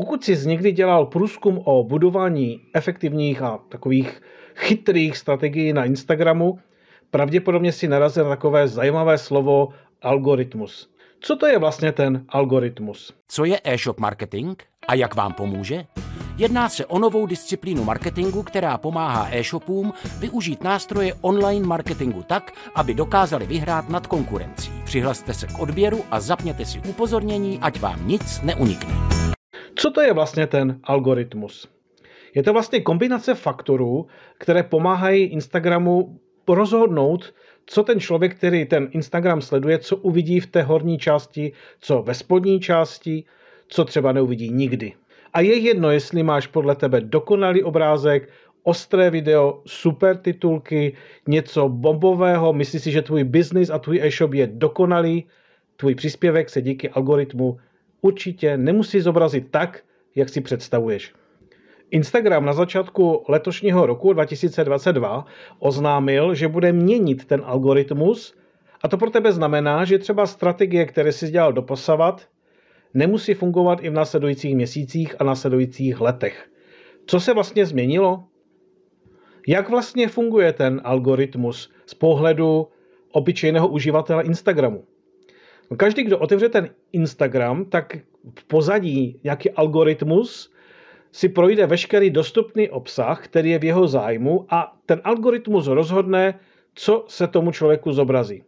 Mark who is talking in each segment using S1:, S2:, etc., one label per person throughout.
S1: Pokud jsi někdy dělal průzkum o budování efektivních a takových chytrých strategií na Instagramu, pravděpodobně si narazil na takové zajímavé slovo algoritmus. Co to je vlastně ten algoritmus?
S2: Co je e-shop marketing a jak vám pomůže? Jedná se o novou disciplínu marketingu, která pomáhá e-shopům využít nástroje online marketingu tak, aby dokázali vyhrát nad konkurencí. Přihlaste se k odběru a zapněte si upozornění, ať vám nic neunikne.
S1: Co to je vlastně ten algoritmus? Je to vlastně kombinace faktorů, které pomáhají Instagramu rozhodnout, co ten člověk, který ten Instagram sleduje, co uvidí v té horní části, co ve spodní části, co třeba neuvidí nikdy. A je jedno, jestli máš podle tebe dokonalý obrázek, ostré video, super titulky, něco bombového, myslíš si, že tvůj biznis a tvůj e-shop je dokonalý, tvůj příspěvek se díky algoritmu určitě nemusí zobrazit tak, jak si představuješ. Instagram na začátku letošního roku 2022 oznámil, že bude měnit ten algoritmus a to pro tebe znamená, že třeba strategie, které jsi dělal doposavat, nemusí fungovat i v následujících měsících a následujících letech. Co se vlastně změnilo? Jak vlastně funguje ten algoritmus z pohledu obyčejného uživatele Instagramu? Každý, kdo otevře ten Instagram, tak v pozadí nějaký algoritmus si projde veškerý dostupný obsah, který je v jeho zájmu a ten algoritmus rozhodne, co se tomu člověku zobrazí.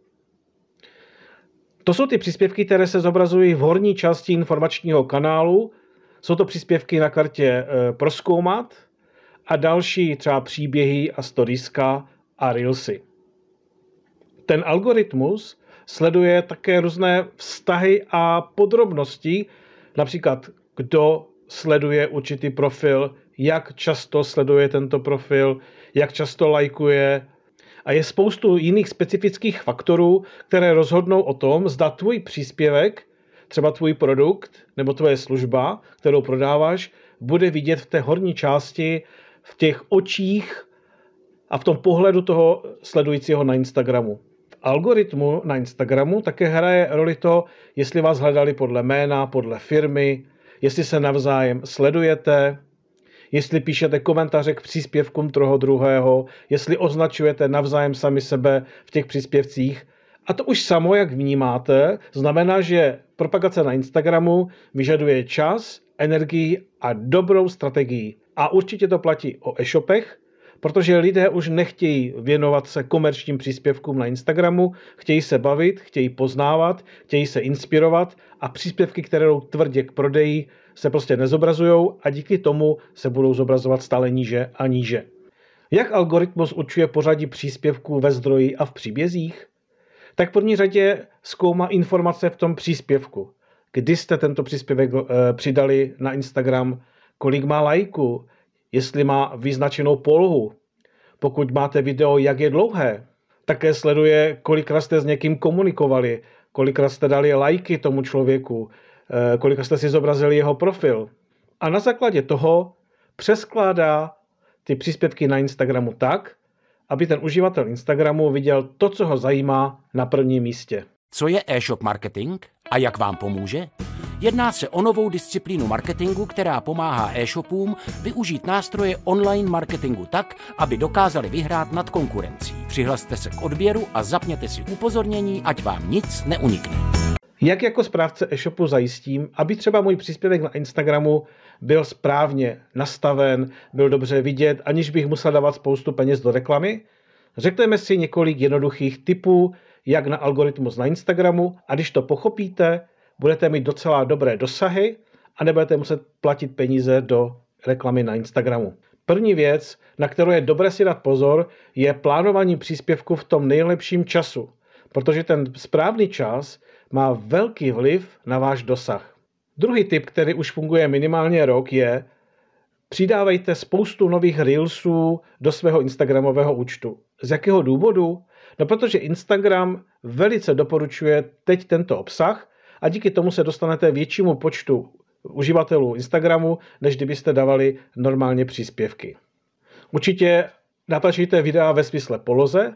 S1: To jsou ty příspěvky, které se zobrazují v horní části informačního kanálu. Jsou to příspěvky na kartě prozkoumat a další třeba příběhy a storieska a reelsy. Ten algoritmus sleduje také různé vztahy a podrobnosti, například kdo sleduje určitý profil, jak často sleduje tento profil, jak často lajkuje. A je spoustu jiných specifických faktorů, které rozhodnou o tom, zda tvůj příspěvek, třeba tvůj produkt nebo tvoje služba, kterou prodáváš, bude vidět v té horní části, v těch očích a v tom pohledu toho sledujícího na Instagramu. V algoritmu na Instagramu také hraje roli to, jestli vás hledali podle jména, podle firmy, jestli se navzájem sledujete, jestli píšete komentáře k příspěvkům toho druhého, jestli označujete navzájem sami sebe v těch příspěvcích. A to už samo, jak vnímáte, znamená, že propagace na Instagramu vyžaduje čas, energii a dobrou strategii. A určitě to platí o e-shopech, protože lidé už nechtějí věnovat se komerčním příspěvkům na Instagramu, chtějí se bavit, chtějí poznávat, chtějí se inspirovat a příspěvky, které jdou tvrdě k prodeji, se prostě nezobrazují a díky tomu se budou zobrazovat stále níže a níže. Jak algoritmus určuje pořadí příspěvků ve zdroji a v příbězích? Tak v první řadě zkoumá informace v tom příspěvku. Kdy jste tento příspěvek přidali na Instagram, kolik má lajků, jestli má vyznačenou polohu. Pokud máte video, jak je dlouhé, také sleduje, kolikrát jste s někým komunikovali, kolikrát jste dali lajky tomu člověku, kolikrát jste si zobrazili jeho profil. A na základě toho přeskládá ty příspěvky na Instagramu tak, aby ten uživatel Instagramu viděl to, co ho zajímá na prvním místě.
S2: Co je e-shop marketing a jak vám pomůže? Jedná se o novou disciplínu marketingu, která pomáhá e-shopům využít nástroje online marketingu tak, aby dokázali vyhrát nad konkurencí. Přihlaste se k odběru a zapněte si upozornění, ať vám nic neunikne.
S1: Jak jako správce e-shopu zajistím, aby třeba můj příspěvek na Instagramu byl správně nastaven, byl dobře vidět, aniž bych musel dávat spoustu peněz do reklamy? Řekneme si několik jednoduchých tipů, jak na algoritmus na Instagramu a když to pochopíte, budete mít docela dobré dosahy a nebudete muset platit peníze do reklamy na Instagramu. První věc, na kterou je dobré si dát pozor, je plánování příspěvku v tom nejlepším času, protože ten správný čas má velký vliv na váš dosah. Druhý tip, který už funguje minimálně rok, je přidávejte spoustu nových reelsů do svého instagramového účtu. Z jakého důvodu? No protože Instagram velice doporučuje teď tento obsah a díky tomu se dostanete většímu počtu uživatelů Instagramu, než kdybyste dávali normálně příspěvky. Určitě natáčejte videa ve smysle poloze,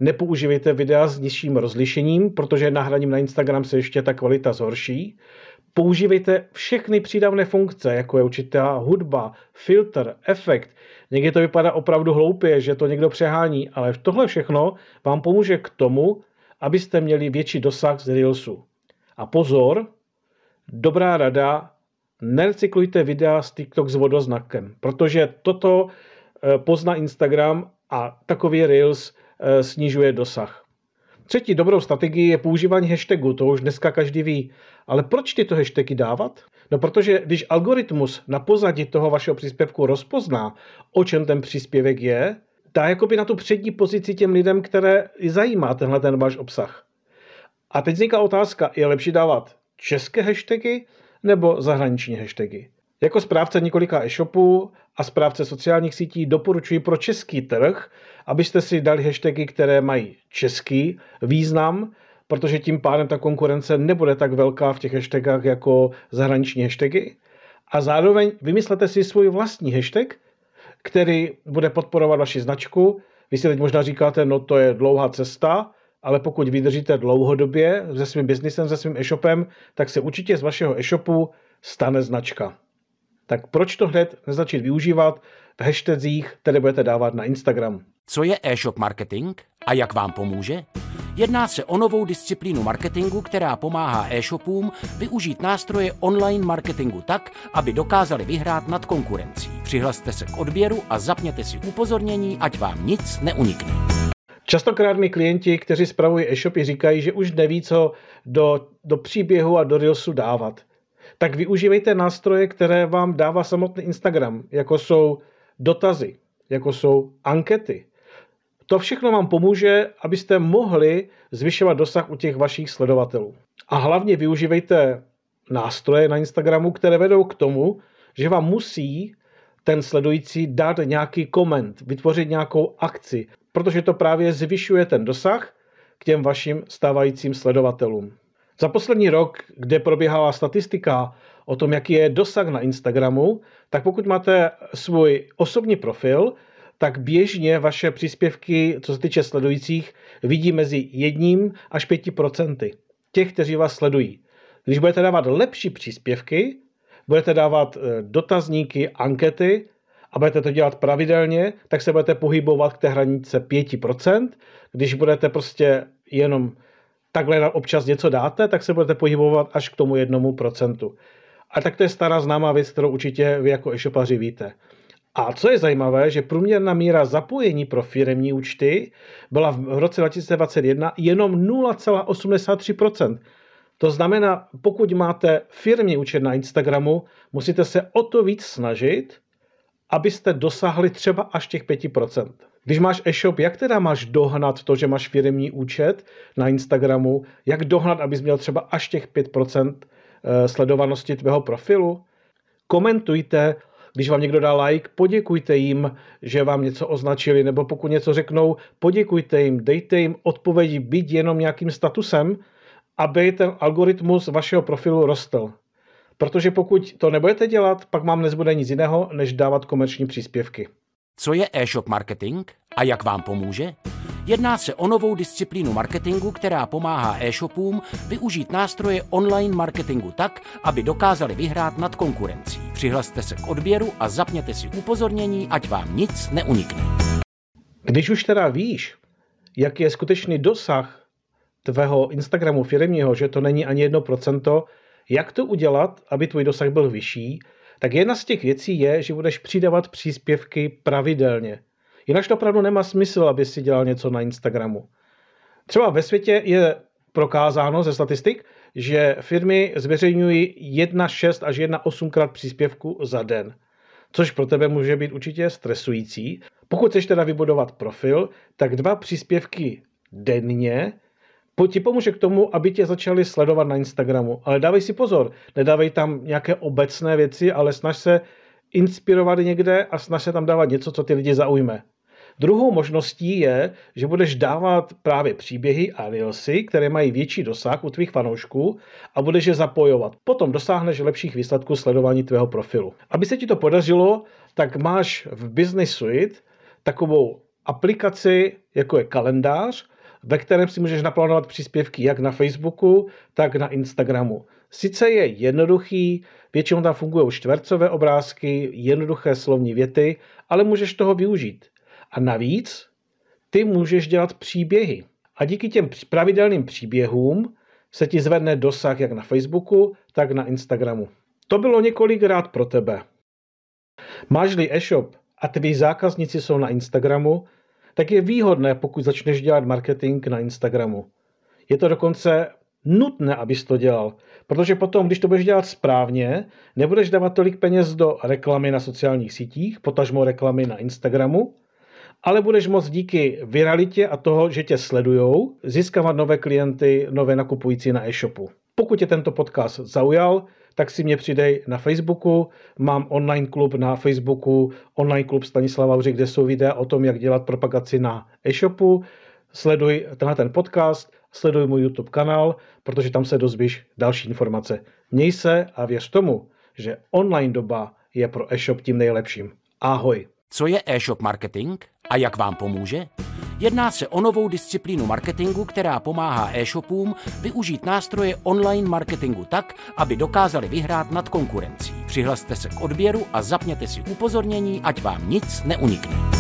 S1: nepoužívejte videa s nižším rozlišením, protože nahraním na Instagram se ještě ta kvalita zhorší. Používejte všechny přídavné funkce, jako je určitá hudba, filtr, efekt. Někdy to vypadá opravdu hloupě, že to někdo přehání, ale tohle všechno vám pomůže k tomu, abyste měli větší dosah z Reelsu. A pozor, dobrá rada, nerecyklujte videa z TikTok s vodoznakem, protože toto pozná Instagram a takový Reels snižuje dosah. Třetí dobrou strategií je používání hashtagu, to už dneska každý ví. Ale proč tyto hashtagy dávat? No protože když algoritmus na pozadí toho vašeho příspěvku rozpozná, o čem ten příspěvek je, dá jakoby na tu přední pozici těm lidem, které zajímá tenhle ten váš obsah. A teď vzniká otázka, je lepší dávat české hashtagy nebo zahraniční hashtagy? Jako správce několika e-shopů a správce sociálních sítí doporučuji pro český trh, abyste si dali hashtagy, které mají český význam, protože tím pádem ta konkurence nebude tak velká v těch hashtagách jako zahraniční hashtagy. A zároveň vymyslete si svůj vlastní hashtag, který bude podporovat vaši značku. Vy si teď možná říkáte, no to je dlouhá cesta, ale pokud vydržíte dlouhodobě se svým biznisem, se svým e-shopem, tak se určitě z vašeho e-shopu stane značka. Tak proč to hned nezačít využívat v hashtazích, které budete dávat na Instagram?
S2: Co je e-shop marketing a jak vám pomůže? Jedná se o novou disciplínu marketingu, která pomáhá e-shopům využít nástroje online marketingu tak, aby dokázali vyhrát nad konkurencí. Přihlaste se k odběru a zapněte si upozornění, ať vám nic neunikne.
S1: Častokrát mi klienti, kteří spravují e-shopy, říkají, že už neví, co do příběhu a do Reelsu dávat. Tak využívejte nástroje, které vám dává samotný Instagram, jako jsou dotazy, jako jsou ankety. To všechno vám pomůže, abyste mohli zvyšovat dosah u těch vašich sledovatelů. A hlavně využívejte nástroje na Instagramu, které vedou k tomu, že vám musí ten sledující dát nějaký koment, vytvořit nějakou akci, protože to právě zvyšuje ten dosah k těm vašim stávajícím sledovatelům. Za poslední rok, kde probíhala statistika o tom, jaký je dosah na Instagramu, tak pokud máte svůj osobní profil, tak běžně vaše příspěvky, co se týče sledujících, vidí mezi 1 až 5% těch, kteří vás sledují. Když budete dávat lepší příspěvky, budete dávat dotazníky, ankety a budete to dělat pravidelně, tak se budete pohybovat k té hranice 5%. Když budete prostě jenom takhle občas něco dáte, tak se budete pohybovat až k tomu 1%. A tak to je stará známá věc, kterou určitě vy jako e-shopaři víte. A co je zajímavé, že průměrná míra zapojení pro firemní účty byla v roce 2021 jenom 0,83%. To znamená, pokud máte firmní účet na Instagramu, musíte se o to víc snažit, abyste dosáhli třeba až těch 5%. Když máš e-shop, jak teda máš dohnat to, že máš firemní účet na Instagramu? Jak dohnat, abys měl třeba až těch 5% sledovanosti tvého profilu? Komentujte, když vám někdo dá like, poděkujte jim, že vám něco označili, nebo pokud něco řeknou, poděkujte jim, dejte jim odpovědi, byť jenom nějakým statusem, aby ten algoritmus vašeho profilu rostl. Protože pokud to nebudete dělat, pak vám nezbude nic jiného, než dávat komerční příspěvky.
S2: Co je e-shop marketing a jak vám pomůže? Jedná se o novou disciplínu marketingu, která pomáhá e-shopům využít nástroje online marketingu tak, aby dokázali vyhrát nad konkurencí. Přihlaste se k odběru a zapněte si upozornění, ať vám nic neunikne.
S1: Když už teda víš, jaký je skutečný dosah tvého Instagramu firemního, že to není ani 1%, jak to udělat, aby tvůj dosah byl vyšší, tak jedna z těch věcí je, že budeš přidávat příspěvky pravidelně. Jinak to opravdu nemá smysl, aby si dělal něco na Instagramu. Třeba ve světě je prokázáno ze statistik, že firmy zveřejňují 1,6 až 1,8krát příspěvku za den. Což pro tebe může být určitě stresující. Pokud chceš teda vybudovat profil, tak 2 příspěvky denně ti pomůže k tomu, aby tě začali sledovat na Instagramu. Ale dávej si pozor, nedávej tam nějaké obecné věci, ale snaž se inspirovat někde a snaž se tam dávat něco, co ty lidi zaujme. Druhou možností je, že budeš dávat právě příběhy a reelsy, které mají větší dosah u tvých fanoušků a budeš je zapojovat. Potom dosáhneš lepších výsledků sledování tvého profilu. Aby se ti to podařilo, tak máš v Business Suite takovou aplikaci, jako je kalendář, ve kterém si můžeš naplánovat příspěvky jak na Facebooku, tak na Instagramu. Sice je jednoduchý, většinou tam fungují čtvercové obrázky, jednoduché slovní věty, ale můžeš toho využít. A navíc ty můžeš dělat příběhy. A díky těm pravidelným příběhům se ti zvedne dosah jak na Facebooku, tak na Instagramu. To bylo několikrát pro tebe. Máš-li e-shop a tví zákazníci jsou na Instagramu, tak je výhodné, pokud začneš dělat marketing na Instagramu. Je to dokonce nutné, abys to dělal, protože potom, když to budeš dělat správně, nebudeš dávat tolik peněz do reklamy na sociálních sítích, potažmo reklamy na Instagramu, ale budeš moct díky viralitě a toho, že tě sledujou, získávat nové klienty, nové nakupující na e-shopu. Pokud tě tento podcast zaujal, tak si mě přidej na Facebooku. Mám online klub na Facebooku, online klub Stanislava Vři, kde jsou videa o tom, jak dělat propagaci na e-shopu. Sleduj ten podcast, sleduj můj YouTube kanál, protože tam se dozvíš další informace. Měj se a věř tomu, že online doba je pro e-shop tím nejlepším. Ahoj.
S2: Co je e-shop marketing a jak vám pomůže? Jedná se o novou disciplínu marketingu, která pomáhá e-shopům využít nástroje online marketingu tak, aby dokázali vyhrát nad konkurencí. Přihlaste se k odběru a zapněte si upozornění, ať vám nic neunikne.